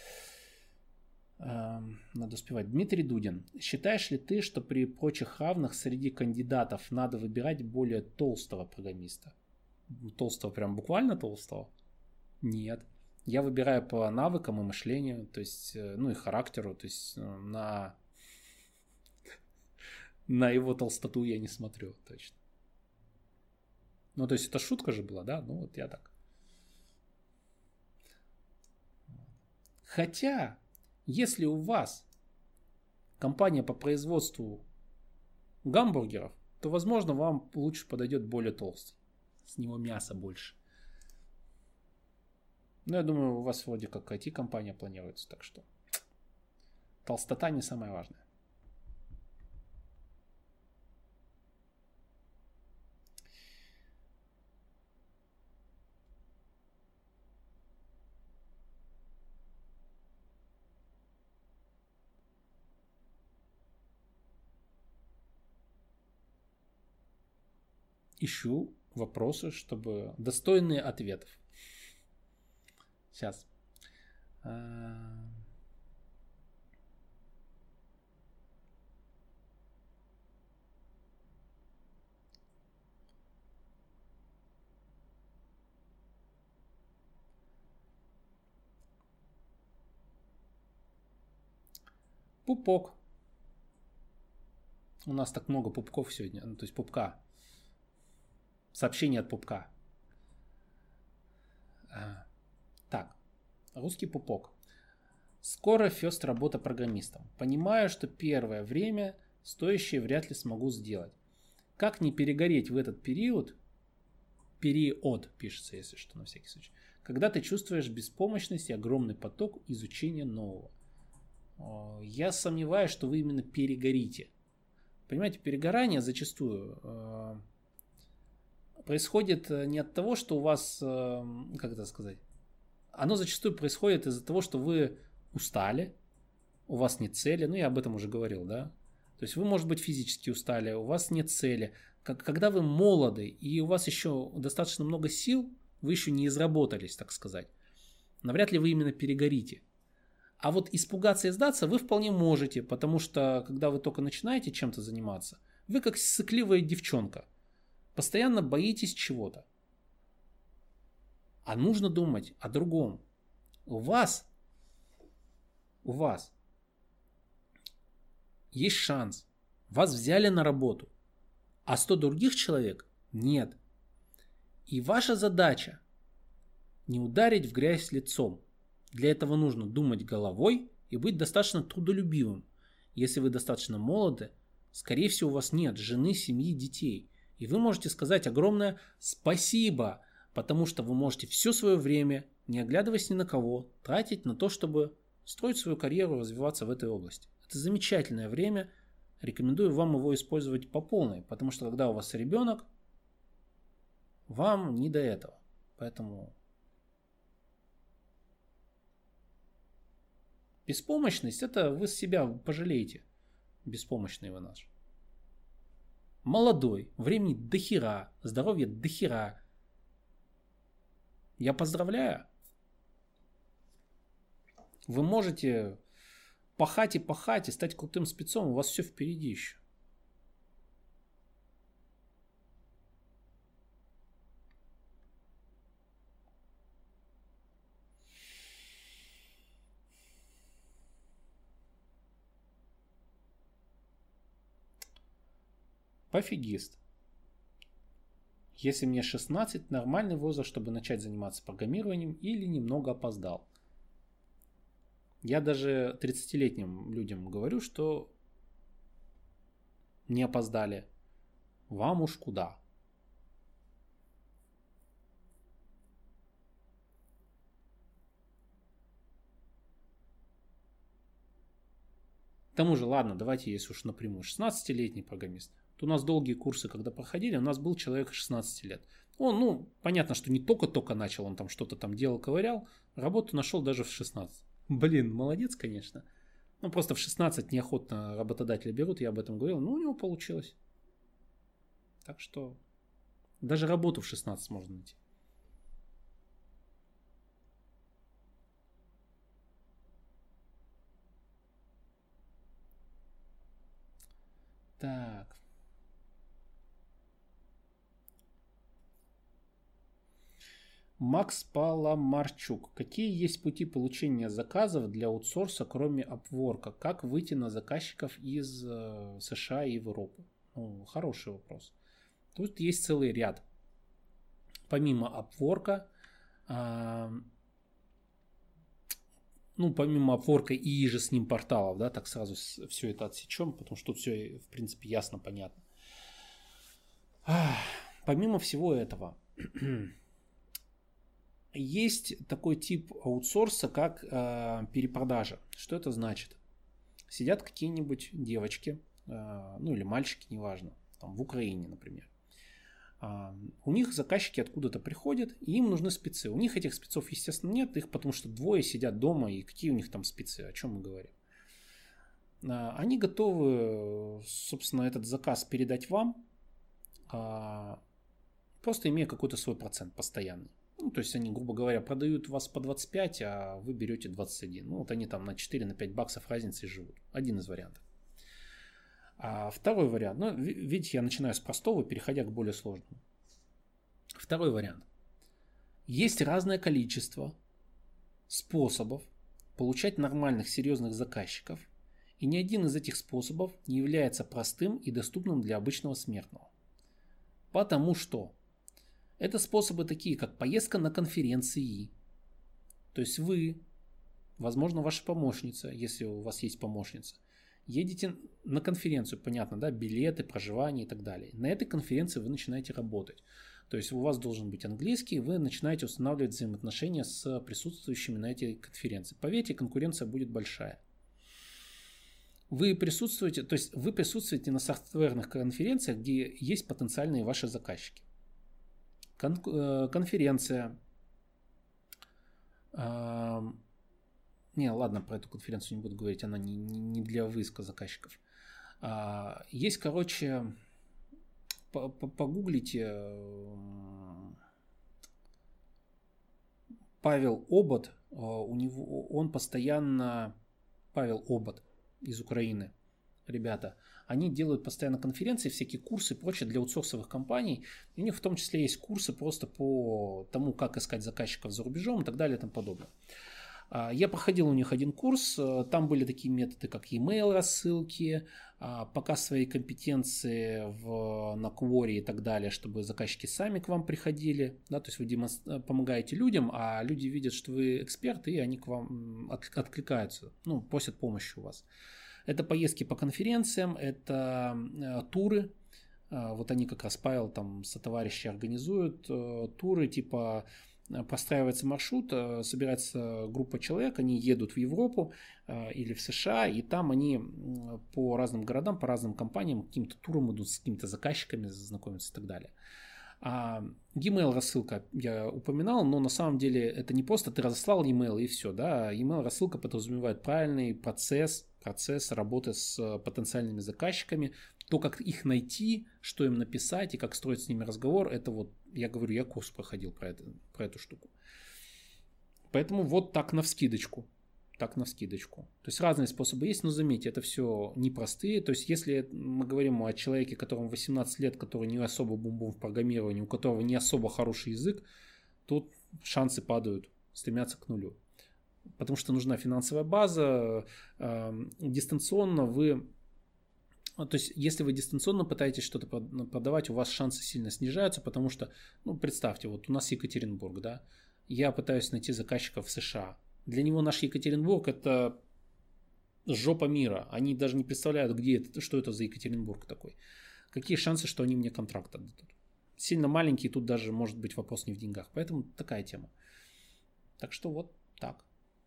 надо успевать. Дмитрий Дудин. Считаешь ли ты, что при прочих равных среди кандидатов надо выбирать более толстого программиста? Толстого, прям буквально толстого? Нет. Я выбираю по навыкам и мышлению, то есть, ну и характеру, то есть на, на его толстоту я не смотрю точно. Ну, то есть это шутка же была, да? Ну, вот я так. Хотя... Если у вас компания по производству гамбургеров, то, возможно, вам лучше подойдет более толстый. С него мяса больше. Но я думаю, у вас вроде как ай ти-компания планируется, так что толстота не самое важное. Ищу вопросы, чтобы достойные ответов. Сейчас. Пупок. У нас так много пупков сегодня, ну, то есть пупка. Сообщение от пупка. А, так, русский пупок. Скоро first работа программистом. Понимаю, что первое время стоящее вряд ли смогу сделать. Как не перегореть в этот период, период пишется, если что, на всякий случай, когда ты чувствуешь беспомощность и огромный поток изучения нового. Я сомневаюсь, что вы именно перегорите. Понимаете, перегорание зачастую э, происходит не от того, что у вас, э, как это сказать, оно зачастую происходит из-за того, что вы устали, у вас нет цели, ну я об этом уже говорил, да, то есть вы, может быть, физически устали, у вас нет цели. Когда вы молоды и у вас еще достаточно много сил, вы еще не изработались, так сказать, навряд ли вы именно перегорите. А вот испугаться и сдаться вы вполне можете, потому что, когда вы только начинаете чем-то заниматься, вы как сыкливая девчонка, постоянно боитесь чего-то. А нужно думать о другом. У вас, у вас есть шанс. Вас взяли на работу, а сто других человек нет. И ваша задача не ударить в грязь лицом. Для этого нужно думать головой и быть достаточно трудолюбивым. Если вы достаточно молоды, скорее всего, у вас нет жены, семьи, детей. И вы можете сказать огромное спасибо, потому что вы можете все свое время, не оглядываясь ни на кого, тратить на то, чтобы строить свою карьеру, развиваться в этой области. Это замечательное время. Рекомендую вам его использовать по полной, потому что когда у вас ребенок, вам не до этого. Поэтому беспомощность, это вы себя пожалеете. Беспомощный вы наш. Молодой, времени дохера, здоровья дохера. Я поздравляю. Вы можете пахать и пахать и стать крутым спецом, у вас все впереди еще. Пофигист. Если мне шестнадцать, нормальный возраст, чтобы начать заниматься программированием, или немного опоздал. Я даже тридцатилетним людям говорю, что не опоздали. Вам уж куда. К тому же, ладно, давайте, если уж напрямую, шестнадцатилетний программист. То у нас долгие курсы, когда проходили, у нас был человек шестнадцати лет. Он, ну, понятно, что не только-только начал, он там что-то там делал, ковырял, работу нашел даже в шестнадцать. Блин, молодец, конечно. Ну, просто в шестнадцать неохотно работодатели берут, я об этом говорил, но у него получилось. Так что даже работу в шестнадцать можно найти. Так. Макс Паламарчук. Какие есть пути получения заказов для аутсорса, кроме Upwork? Как выйти на заказчиков из э, США и Европы? Ну, хороший вопрос. Тут есть целый ряд. Помимо Upwork, э, ну, помимо Upwork и же с ним порталов, да, так сразу все это отсечем, потому что тут все, в принципе, ясно, понятно. Помимо всего этого, есть такой тип аутсорса, как э, перепродажа. Что это значит? Сидят какие-нибудь девочки, э, ну или мальчики, неважно, там, в Украине, например. Э, у них заказчики откуда-то приходят, и им нужны спецы. У них этих спецов, естественно, нет, их потому что двое сидят дома, и какие у них там спецы, о чем мы говорим. Э, они готовы, собственно, этот заказ передать вам, э, просто имея какой-то свой процент постоянный. Ну, то есть они, грубо говоря, продают вас по двадцать пять, а вы берете двадцать один. Ну, вот они там на четыре-пять баксов разницы живут. Один из вариантов. А второй вариант. Ну, видите, я начинаю с простого, переходя к более сложному. Второй вариант. Есть разное количество способов получать нормальных, серьезных заказчиков. И ни один из этих способов не является простым и доступным для обычного смертного. Потому что Это способы такие, как поездка на конференции. То есть вы, возможно, ваша помощница, если у вас есть помощница, едете на конференцию, понятно, да, билеты, проживание и так далее. На этой конференции вы начинаете работать. То есть у вас должен быть английский, вы начинаете устанавливать взаимоотношения с присутствующими на этой конференции. Поверьте, конкуренция будет большая. Вы присутствуете, то есть вы присутствуете на софтверных конференциях, где есть потенциальные ваши заказчики. Кон- конференция. Э- не, ладно, про эту конференцию не буду говорить, она не, не для выиска заказчиков. А, есть, короче, погуглите Павел Обод, у него, он постоянно, Павел Обод из Украины, ребята, они делают постоянно конференции, всякие курсы и прочее для аутсорсовых компаний. И у них в том числе есть курсы просто по тому, как искать заказчиков за рубежом и так далее и тому подобное. Я проходил у них один курс, там были такие методы, как e-mail рассылки, показ своей компетенции в, на Quora и так далее, чтобы заказчики сами к вам приходили, да, то есть вы демонстр... помогаете людям, а люди видят, что вы эксперт, и они к вам от... откликаются, ну, просят помощи у вас. Это поездки по конференциям, это э, туры, э, вот они как раз, Павел там со товарищи организуют э, туры типа... Простраивается маршрут, собирается группа человек, они едут в Европу или в США, и там они по разным городам, по разным компаниям, каким-то турам идут, с какими-то заказчиками знакомятся и так далее. А e-mail рассылка я упоминал, но на самом деле это не просто ты разослал e-mail и все, да, e-mail рассылка подразумевает правильный процесс, процесс работы с потенциальными заказчиками, то, как их найти, что им написать и как строить с ними разговор, это вот, я говорю, я курс проходил про, это, про эту штуку. Поэтому вот так навскидочку. Так навскидочку. То есть разные способы есть, но заметьте, это все непростые. То есть если мы говорим о человеке, которому восемнадцать лет, который не особо бум-бум в программировании, у которого не особо хороший язык, тут шансы падают, стремятся к нулю. Потому что нужна финансовая база, э, дистанционно вы... То есть, если вы дистанционно пытаетесь что-то продавать, у вас шансы сильно снижаются, потому что, ну, представьте, вот у нас Екатеринбург, да, я пытаюсь найти заказчиков в США. Для него наш Екатеринбург – это жопа мира. Они даже не представляют, где это, что это за Екатеринбург такой. Какие шансы, что они мне контракт отдадут? Сильно маленькие, тут даже может быть вопрос не в деньгах. Поэтому такая тема. Так что вот так.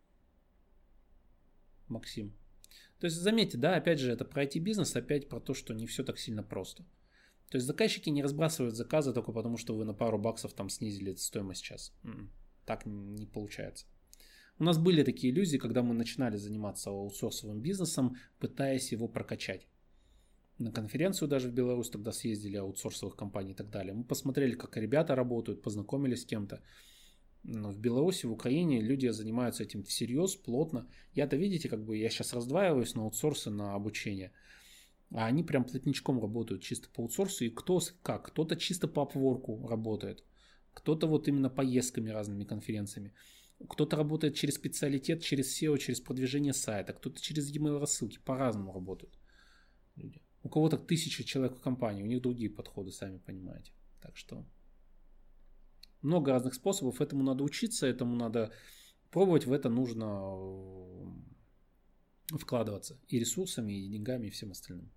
Максим. То есть заметьте, да, опять же, это про ай ти-бизнес, опять про то, что не все так сильно просто. То есть заказчики не разбрасывают заказы только потому, что вы на пару баксов там снизили стоимость сейчас. Так не получается. У нас были такие иллюзии, когда мы начинали заниматься аутсорсовым бизнесом, пытаясь его прокачать. На конференцию даже в Беларусь тогда съездили аутсорсовых компаний и так далее. Мы посмотрели, как ребята работают, познакомились с кем-то. Но в Беларуси, в Украине люди занимаются этим всерьез, плотно. Я-то, видите, как бы я сейчас раздваиваюсь на аутсорсы, на обучение. А они прям плотничком работают чисто по аутсорсу. И кто как? Кто-то чисто по апворку работает. Кто-то вот именно поездками разными конференциями. Кто-то работает через специалитет, через сео, через продвижение сайта. Кто-то через e-mail рассылки. По-разному работают люди. У кого-то тысяча человек в компании. У них другие подходы, сами понимаете. Так что... Много разных способов, этому надо учиться, этому надо пробовать, в это нужно вкладываться и ресурсами, и деньгами, и всем остальным.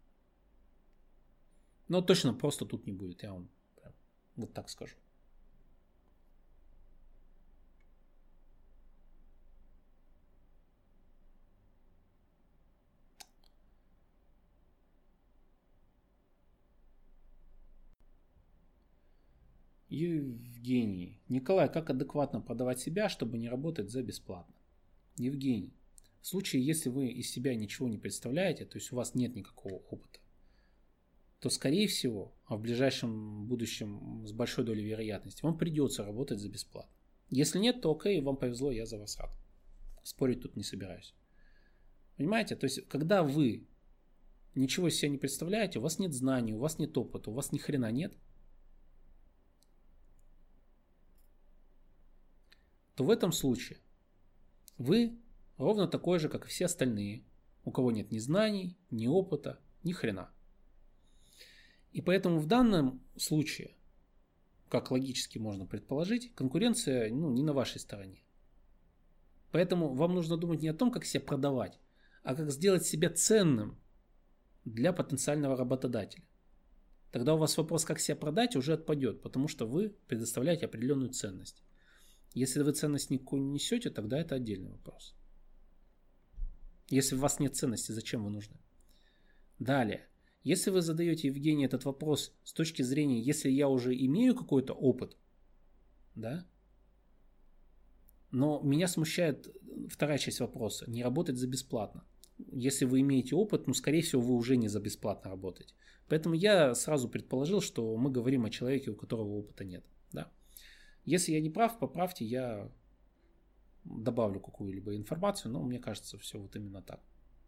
Но точно просто тут не будет, я вам прям вот так скажу. Евгений. Николай, как адекватно продавать себя, чтобы не работать за бесплатно? Евгений. В случае, если вы из себя ничего не представляете, то есть у вас нет никакого опыта, то, скорее всего, а в ближайшем будущем с большой долей вероятности вам придется работать за бесплатно. Если нет, то окей, вам повезло, я за вас рад. Спорить тут не собираюсь. Понимаете? То есть, когда вы ничего из себя не представляете, у вас нет знаний, у вас нет опыта, у вас ни хрена нет, то в этом случае вы ровно такой же, как и все остальные, у кого нет ни знаний, ни опыта, ни хрена. И поэтому в данном случае как логически можно предположить, конкуренция ну, не на вашей стороне. Поэтому вам нужно думать не о том, как себя продавать, а как сделать себя ценным для потенциального работодателя. Тогда у вас вопрос, как себя продать, уже отпадет, потому что вы предоставляете определенную ценность. Если вы ценность никакую не несете, тогда это отдельный вопрос. Если у вас нет ценности, зачем вы нужны? Далее. Если вы задаете, Евгений, этот вопрос с точки зрения, если я уже имею какой-то опыт, да, но меня смущает вторая часть вопроса, не работать за бесплатно. Если вы имеете опыт, ну, скорее всего, вы уже не за бесплатно работаете. Поэтому я сразу предположил, что мы говорим о человеке, у которого опыта нет. Да. Если я не прав, поправьте, я добавлю какую-либо информацию, но мне кажется, все вот именно так.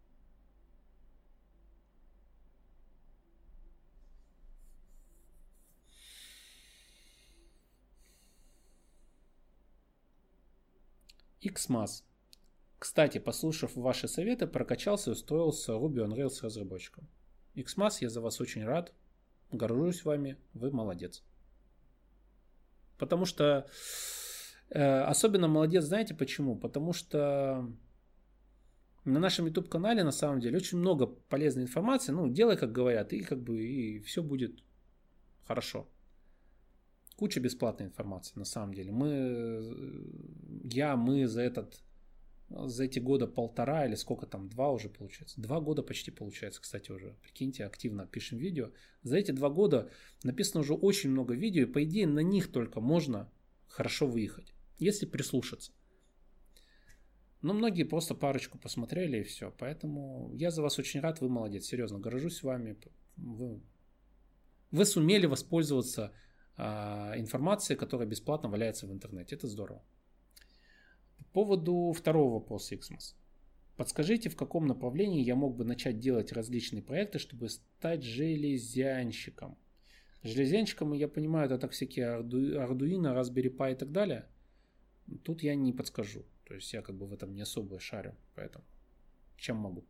Xmas. Кстати, послушав ваши советы, прокачался и устроился Ruby on Rails разработчиком. Xmas, я за вас очень рад. Горжусь вами. Вы молодец. Потому что э, особенно молодец, знаете почему? Потому что на нашем YouTube-канале на самом деле очень много полезной информации. Ну, делай, как говорят, и как бы и все будет хорошо. Куча бесплатной информации на самом деле. Мы, я, мы за этот, за эти года полтора или сколько там, два уже получается. Два года почти получается, кстати, уже. Прикиньте, активно пишем видео. За эти два года написано уже очень много видео, и по идее на них только можно хорошо выехать, если прислушаться. Но многие просто парочку посмотрели и все. Поэтому я за вас очень рад, вы молодец. Серьезно, горжусь вами. Вы, вы сумели воспользоваться информации, которая бесплатно валяется в интернете. Это здорово. По поводу второго вопроса, Xmas. Подскажите, в каком направлении я мог бы начать делать различные проекты, чтобы стать железянщиком? Железянщиком, я понимаю, это так всякие Arduino, Raspberry Pi и так далее. Тут я не подскажу. То есть я как бы в этом не особо шарю. Поэтому чем могу?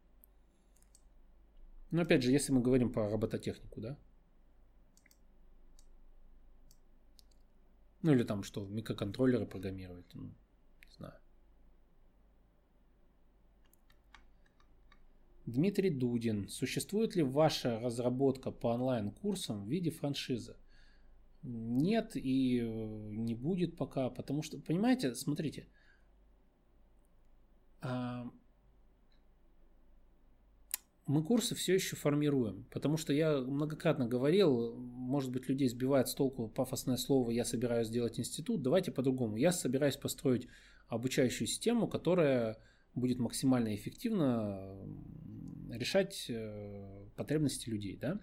Но опять же, если мы говорим про робототехнику, да? Ну или там что, микроконтроллеры программировать, ну, не знаю. Дмитрий Дудин. Существует ли ваша разработка по онлайн-курсам в виде франшизы? Нет и не будет пока, потому что, понимаете, смотрите, мы курсы все еще формируем, потому что я многократно говорил, может быть, людей сбивает с толку пафосное слово «я собираюсь сделать институт», давайте по-другому. Я собираюсь построить обучающую систему, которая будет максимально эффективно решать потребности людей. Да?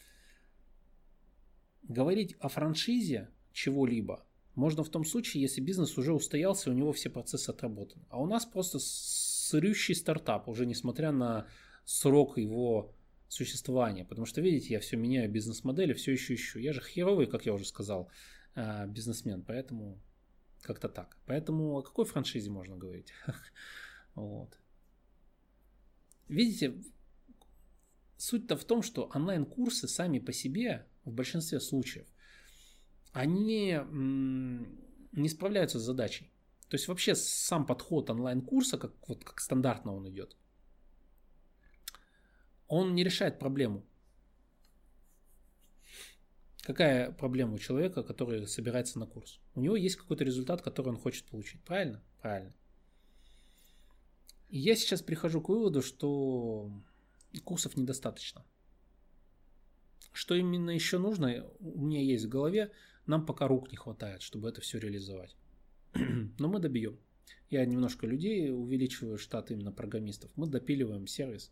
Говорить о франшизе чего-либо можно в том случае, если бизнес уже устоялся, у него все процессы отработаны. А у нас просто сырющий стартап, уже несмотря на срок его существования. Потому что, видите, я все меняю бизнес-модели, все еще ищу. Я же херовый, как я уже сказал, бизнесмен, поэтому как-то так. Поэтому о какой франшизе можно говорить? Вот. Видите, суть-то в том, что онлайн-курсы сами по себе, в большинстве случаев, они не справляются с задачей. То есть вообще сам подход онлайн-курса, как, вот, как стандартно он идет, он не решает проблему. Какая проблема у человека, который собирается на курс? У него есть какой-то результат, который он хочет получить. Правильно? Правильно. И я сейчас прихожу к выводу, что курсов недостаточно. Что именно еще нужно, у меня есть в голове, нам пока рук не хватает, чтобы это все реализовать. Но мы добьем. Я немножко людей увеличиваю, штат именно программистов. Мы допиливаем сервис.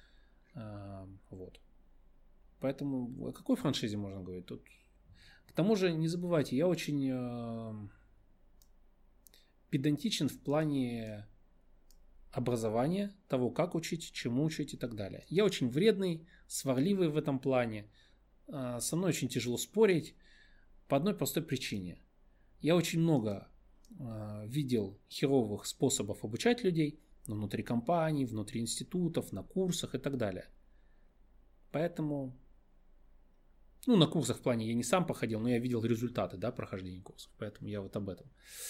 Вот. Поэтому о какой франшизе можно говорить? Тут... К тому же, не забывайте, я очень э, педантичен в плане образования, того, как учить, чему учить и так далее. Я очень вредный, сварливый в этом плане. Э, со мной очень тяжело спорить по одной простой причине. Я очень много э, видел херовых способов обучать людей, внутри компаний, внутри институтов, на курсах и так далее. Поэтому Ну, на курсах в плане я не сам походил, но я видел результаты, да, прохождения курсов. Поэтому я вот об этом.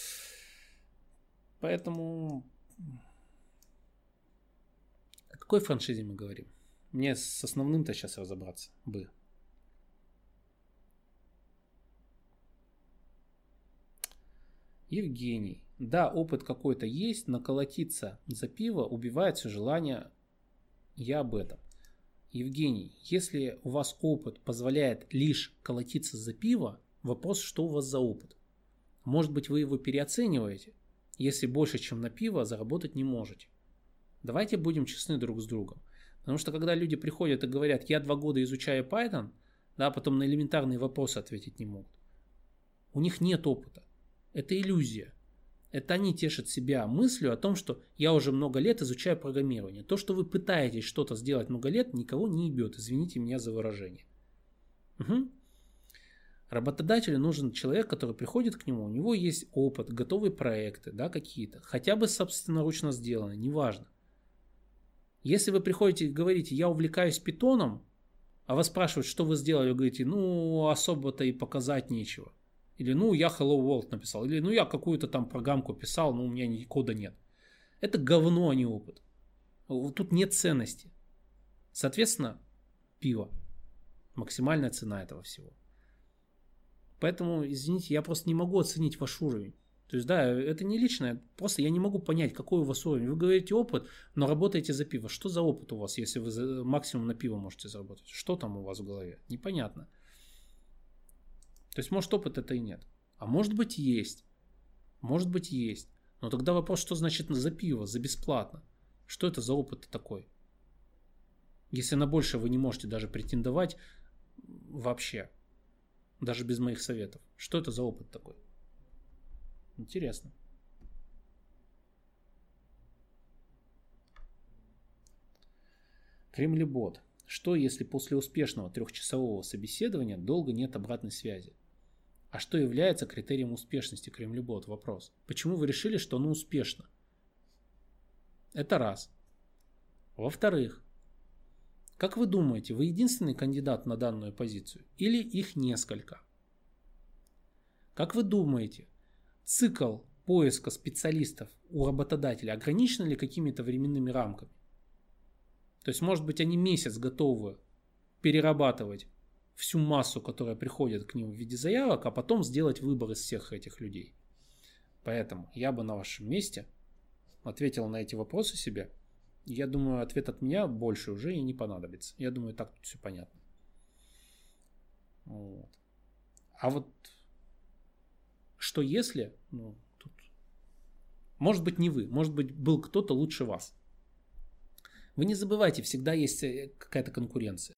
Поэтому... О какой франшизе мы говорим? Мне с основным-то сейчас разобраться бы. Евгений. Да, опыт какой-то есть, но колотиться за пиво убивает все желание. Я об этом. Евгений, если у вас опыт позволяет лишь колотиться за пиво, вопрос, что у вас за опыт? Может быть, вы его переоцениваете, если больше, чем на пиво, заработать не можете. Давайте будем честны друг с другом. Потому что когда люди приходят и говорят, я два года изучаю Python, да, потом на элементарные вопросы ответить не могут. У них нет опыта. Это иллюзия. Это они тешат себя мыслью о том, что я уже много лет изучаю программирование. То, что вы пытаетесь что-то сделать много лет, никого не ебет. Извините меня за выражение. Угу. Работодателю нужен человек, который приходит к нему, у него есть опыт, готовые проекты, да, какие-то, хотя бы собственноручно сделаны, неважно. Если вы приходите и говорите, я увлекаюсь питоном, а вас спрашивают, что вы сделали, вы говорите, ну, особо-то и показать нечего. Или, ну, я Hello World написал. Или, ну, я какую-то там программку писал, но у меня ни кода нет. Это говно, а не опыт. Тут нет ценности. Соответственно, пиво. Максимальная цена этого всего. Поэтому, извините, я просто не могу оценить ваш уровень. То есть, да, это не личное, просто я не могу понять, какой у вас уровень. Вы говорите опыт, но работаете за пиво. Что за опыт у вас, если вы за, максимум на пиво можете заработать? Что там у вас в голове? Непонятно. То есть, может, опыт это и нет. А может быть, есть. Может быть, есть. Но тогда вопрос, что значит за пиво, за бесплатно? Что это за опыт такой? Если на больше вы не можете даже претендовать вообще. Даже без моих советов. Что это за опыт такой? Интересно. Кремлебот. Что, если после успешного трехчасового собеседования долго нет обратной связи? А что является критерием успешности Кремлебот? Вопрос. Почему вы решили, что оно успешно? Это раз. Во-вторых, как вы думаете, вы единственный кандидат на данную позицию или их несколько? Как вы думаете, цикл поиска специалистов у работодателя ограничен ли какими-то временными рамками? То есть, может быть, они месяц готовы перерабатывать всю массу, которая приходит к ним в виде заявок, а потом сделать выбор из всех этих людей. Поэтому я бы на вашем месте ответил на эти вопросы себе. Я думаю, ответ от меня больше уже и не понадобится. Я думаю, так тут все понятно. Вот. А вот что если, ну, тут, может быть, не вы, может быть, был кто-то лучше вас. Вы не забывайте, всегда есть какая-то конкуренция.